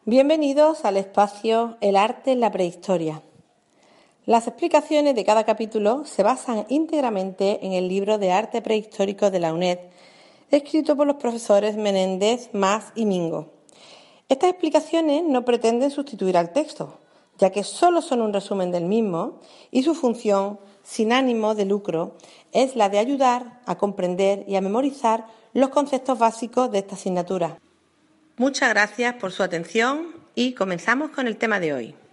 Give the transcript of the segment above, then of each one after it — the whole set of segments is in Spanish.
Bienvenidos al espacio El arte en la prehistoria. Las explicaciones de cada capítulo se basan íntegramente en el libro de arte prehistórico de la UNED, escrito por los profesores Menéndez, Mas y Mingo. Estas explicaciones no pretenden sustituir al texto, ya que solo son un resumen del mismo y su función, sin ánimo de lucro, es la de ayudar a comprender y a memorizar los conceptos básicos de esta asignatura. Muchas gracias por su atención y comenzamos con el tema de hoy.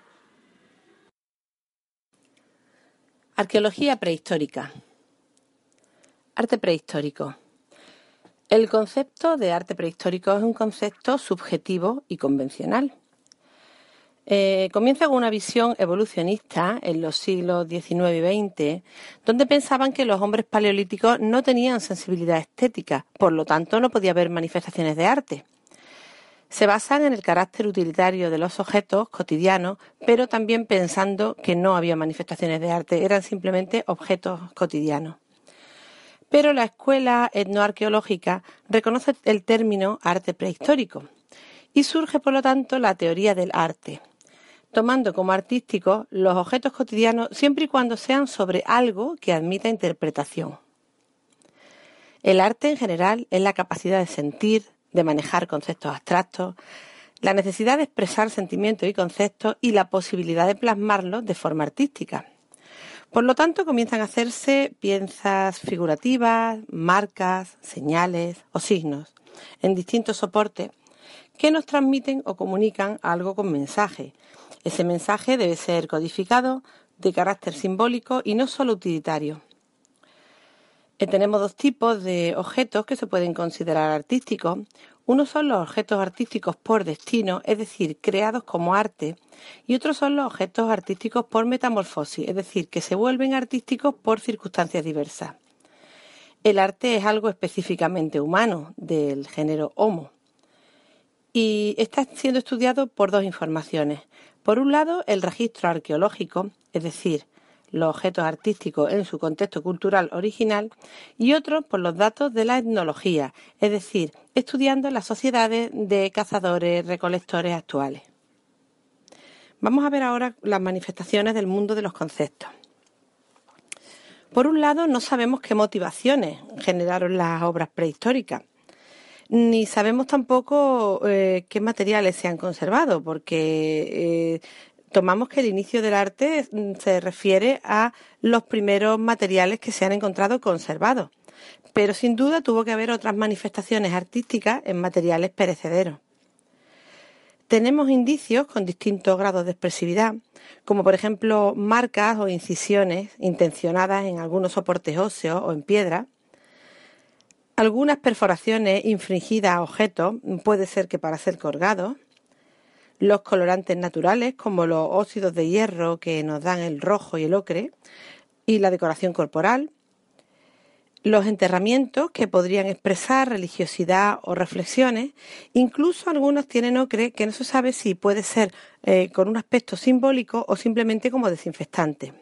Arqueología prehistórica. Arte prehistórico. El concepto de arte prehistórico es un concepto subjetivo y convencional. Comienza con una visión evolucionista en los siglos XIX y XX, donde pensaban que los hombres paleolíticos no tenían sensibilidad estética, por lo tanto no podía haber manifestaciones de arte. Se basan en el carácter utilitario de los objetos cotidianos, pero también pensando que no había manifestaciones de arte, eran simplemente objetos cotidianos. Pero la escuela etnoarqueológica reconoce el término arte prehistórico y surge, por lo tanto, la teoría del arte, tomando como artísticos los objetos cotidianos siempre y cuando sean sobre algo que admita interpretación. El arte, en general, es la capacidad de sentir, de manejar conceptos abstractos, la necesidad de expresar sentimientos y conceptos y la posibilidad de plasmarlos de forma artística. Por lo tanto, comienzan a hacerse piezas figurativas, marcas, señales o signos en distintos soportes que nos transmiten o comunican algo con mensaje. Ese mensaje debe ser codificado, de carácter simbólico y no solo utilitario. Tenemos dos tipos de objetos que se pueden considerar artísticos. Uno son los objetos artísticos por destino, es decir, creados como arte, y otros son los objetos artísticos por metamorfosis, es decir, que se vuelven artísticos por circunstancias diversas. El arte es algo específicamente humano, del género Homo, y está siendo estudiado por dos informaciones. Por un lado, el registro arqueológico, es decir, los objetos artísticos en su contexto cultural original, y otro por los datos de la etnología, es decir, estudiando las sociedades de cazadores-recolectores actuales. Vamos a ver ahora las manifestaciones del mundo de los conceptos. Por un lado, no sabemos qué motivaciones generaron las obras prehistóricas, ni sabemos tampoco qué materiales se han conservado, porque tomamos que el inicio del arte se refiere a los primeros materiales que se han encontrado conservados, pero sin duda tuvo que haber otras manifestaciones artísticas en materiales perecederos. Tenemos indicios con distintos grados de expresividad, como por ejemplo marcas o incisiones intencionadas en algunos soportes óseos o en piedra, algunas perforaciones infringidas a objetos, puede ser que para ser colgados, los colorantes naturales, como los óxidos de hierro que nos dan el rojo y el ocre, y la decoración corporal, los enterramientos que podrían expresar religiosidad o reflexiones, incluso algunos tienen ocre que no se sabe si puede ser con un aspecto simbólico o simplemente como desinfectante.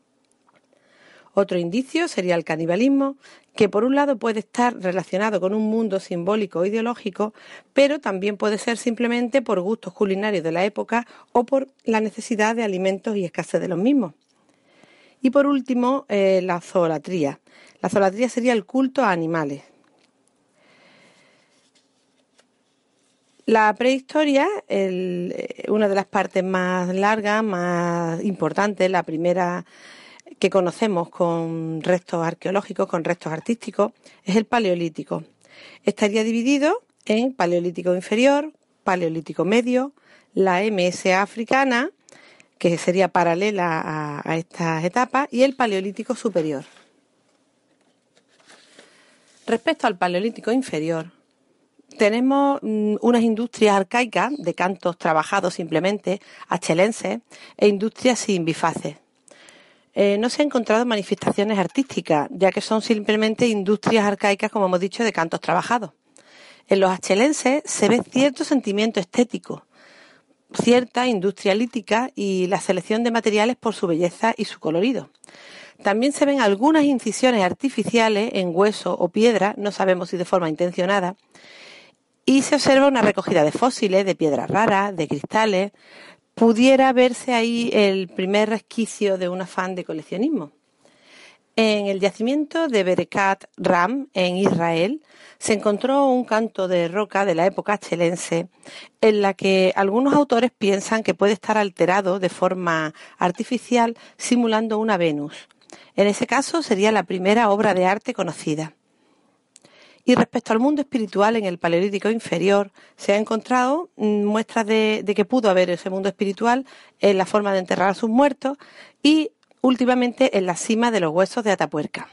Otro indicio sería el canibalismo, que por un lado puede estar relacionado con un mundo simbólico o ideológico, pero también puede ser simplemente por gustos culinarios de la época o por la necesidad de alimentos y escasez de los mismos. Y por último, la zoolatría. La zoolatría sería el culto a animales. La prehistoria, una de las partes más largas, más importantes, la primera que conocemos con restos arqueológicos, con restos artísticos, es el paleolítico. Estaría dividido en paleolítico inferior, paleolítico medio, la MSA africana, que sería paralela a estas etapas, y el paleolítico superior. Respecto al paleolítico inferior, tenemos unas industrias arcaicas de cantos trabajados simplemente, achelenses, e industrias sin bifaces. No se han encontrado manifestaciones artísticas, ya que son simplemente industrias arcaicas, como hemos dicho, de cantos trabajados. En los achelenses se ve cierto sentimiento estético, cierta industria lítica y la selección de materiales por su belleza y su colorido. También se ven algunas incisiones artificiales en hueso o piedra, no sabemos si de forma intencionada, y se observa una recogida de fósiles, de piedras raras, de cristales. Pudiera verse ahí el primer resquicio de un afán de coleccionismo. En el yacimiento de Berekat Ram, en Israel, se encontró un canto de roca de la época chelense, en la que algunos autores piensan que puede estar alterado de forma artificial, simulando una Venus. En ese caso sería la primera obra de arte conocida. Y respecto al mundo espiritual, en el Paleolítico inferior se han encontrado muestras de que pudo haber ese mundo espiritual en la forma de enterrar a sus muertos y últimamente en la cima de los huesos de Atapuerca.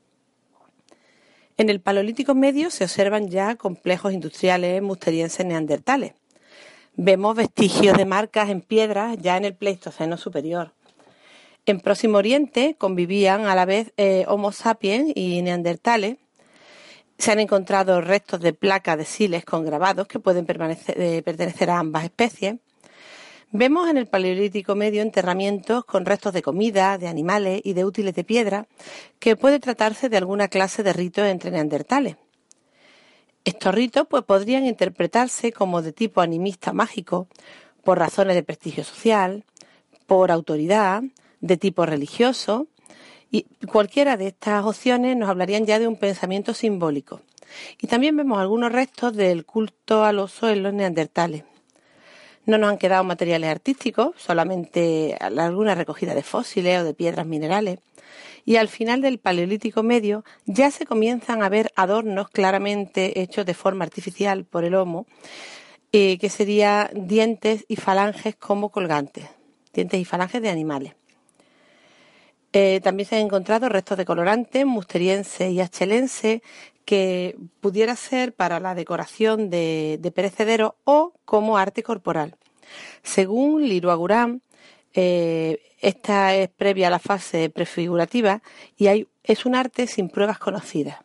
En el Paleolítico medio se observan ya complejos industriales musterienses neandertales. Vemos vestigios de marcas en piedras ya en el Pleistoceno superior. En Próximo Oriente convivían a la vez Homo sapiens y neandertales. Se han encontrado restos de placas de sílex con grabados que pueden pertenecer a ambas especies. Vemos en el Paleolítico medio enterramientos con restos de comida, de animales y de útiles de piedra, que puede tratarse de alguna clase de ritos entre neandertales. Estos ritos podrían interpretarse como de tipo animista mágico, por razones de prestigio social, por autoridad, de tipo religioso, y cualquiera de estas opciones nos hablarían ya de un pensamiento simbólico. Y también vemos algunos restos del culto al oso en los neandertales. No nos han quedado materiales artísticos, solamente alguna recogida de fósiles o de piedras minerales. Y al final del Paleolítico medio ya se comienzan a ver adornos claramente hechos de forma artificial por el Homo, que serían dientes y falanges como colgantes, dientes y falanges de animales. También se han encontrado restos de colorantes musteriense y achelense que pudiera ser para la decoración de perecederos o como arte corporal. Según Liruagurán, esta es previa a la fase prefigurativa y es un arte sin pruebas conocidas.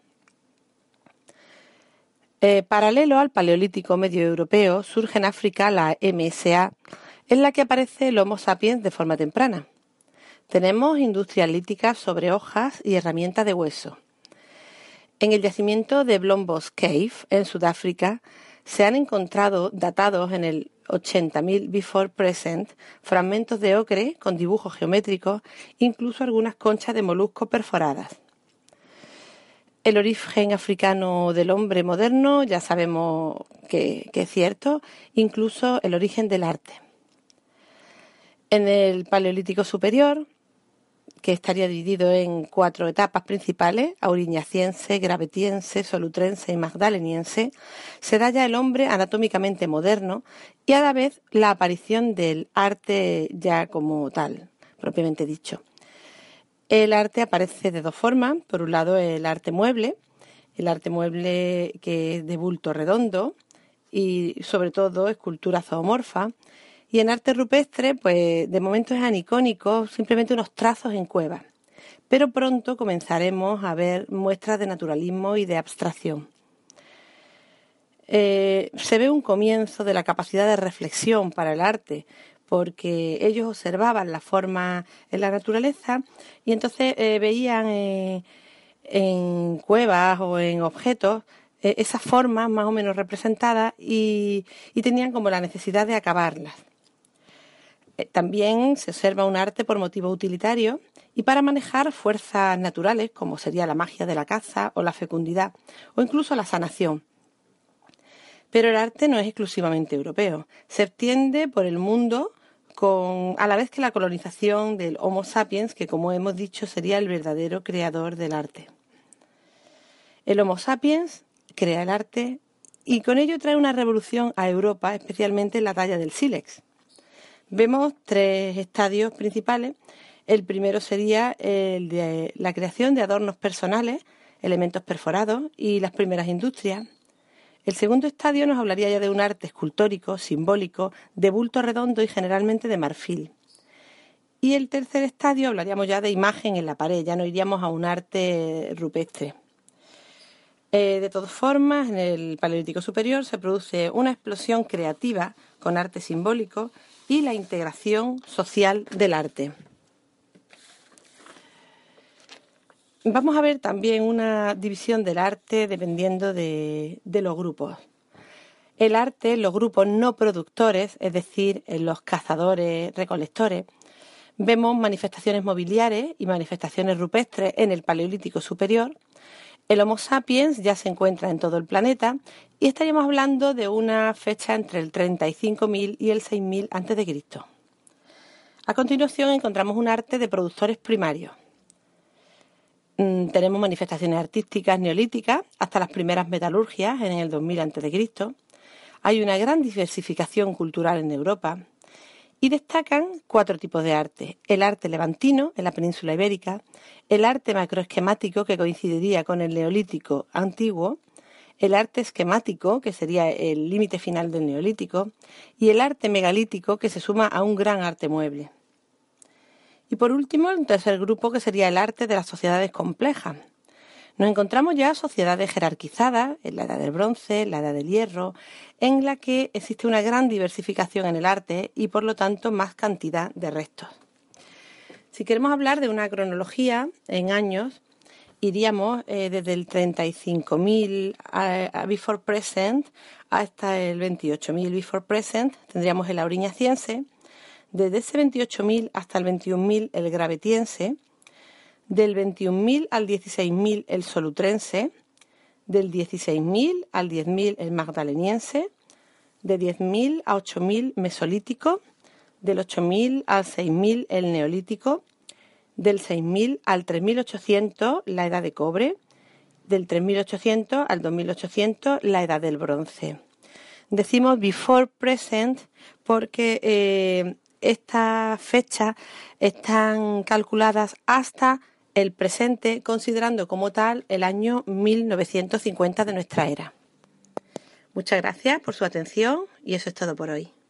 Paralelo al Paleolítico medio europeo surge en África la MSA, en la que aparece el Homo sapiens de forma temprana. Tenemos industrias líticas sobre hojas y herramientas de hueso. En el yacimiento de Blombos Cave, en Sudáfrica, se han encontrado datados en el 80.000 before present fragmentos de ocre con dibujos geométricos, incluso algunas conchas de moluscos perforadas. El origen africano del hombre moderno ya sabemos que es cierto, incluso el origen del arte. En el Paleolítico superior, que estaría dividido en 4 etapas principales, auriñaciense, gravetiense, solutrense y magdaleniense, se da ya el hombre anatómicamente moderno y a la vez la aparición del arte ya como tal, propiamente dicho. El arte aparece de dos formas. Por un lado, el arte mueble que es de bulto redondo y sobre todo escultura zoomorfa. Y en arte rupestre, pues de momento es anicónico, simplemente unos trazos en cuevas. Pero pronto comenzaremos a ver muestras de naturalismo y de abstracción. Se ve un comienzo de la capacidad de reflexión para el arte, porque ellos observaban la forma en la naturaleza y entonces veían en cuevas o en objetos esas formas más o menos representadas y tenían como la necesidad de acabarlas. También se observa un arte por motivo utilitario y para manejar fuerzas naturales, como sería la magia de la caza o la fecundidad, o incluso la sanación. Pero el arte no es exclusivamente europeo, se extiende por el mundo a la vez que la colonización del Homo sapiens, que como hemos dicho sería el verdadero creador del arte. El Homo sapiens crea el arte y con ello trae una revolución a Europa, especialmente en la talla del sílex. Vemos 3 estadios principales. El primero sería el de la creación de adornos personales, elementos perforados y las primeras industrias. El segundo estadio nos hablaría ya de un arte escultórico, simbólico, de bulto redondo y generalmente de marfil. Y el tercer estadio hablaríamos ya de imagen en la pared, ya no iríamos a un arte rupestre. De todas formas, en el Paleolítico superior se produce una explosión creativa con arte simbólico y la integración social del arte. Vamos a ver también una división del arte dependiendo de los grupos. El arte, los grupos no productores, es decir, en los cazadores, recolectores, vemos manifestaciones mobiliares y manifestaciones rupestres en el Paleolítico Superior. El Homo sapiens ya se encuentra en todo el planeta y estaríamos hablando de una fecha entre el 35.000 y el 6.000 a.C. A continuación encontramos un arte de productores primarios. Tenemos manifestaciones artísticas neolíticas hasta las primeras metalurgias en el 2000 a.C. Hay una gran diversificación cultural en Europa y destacan 4 tipos de arte. El arte levantino en la península ibérica, el arte macroesquemático que coincidiría con el neolítico antiguo, el arte esquemático que sería el límite final del neolítico y el arte megalítico que se suma a un gran arte mueble. Y por último, un tercer grupo que sería el arte de las sociedades complejas. Nos encontramos ya sociedades jerarquizadas en la Edad del Bronce, en la Edad del Hierro, en la que existe una gran diversificación en el arte y por lo tanto más cantidad de restos. Si queremos hablar de una cronología en años, iríamos desde el 35.000 a before present hasta el 28.000 before present, tendríamos el auriñaciense. Desde ese 28.000 hasta el 21.000 el gravetiense, del 21.000 al 16.000 el solutrense, del 16.000 al 10.000 el magdaleniense, de 10.000 a 8.000 mesolítico, del 8.000 al 6.000 el neolítico, del 6.000 al 3.800 la edad de cobre, del 3.800 al 2.800 la edad del bronce. Decimos before present porque estas fechas están calculadas hasta el presente, considerando como tal el año 1950 de nuestra era. Muchas gracias por su atención y eso es todo por hoy.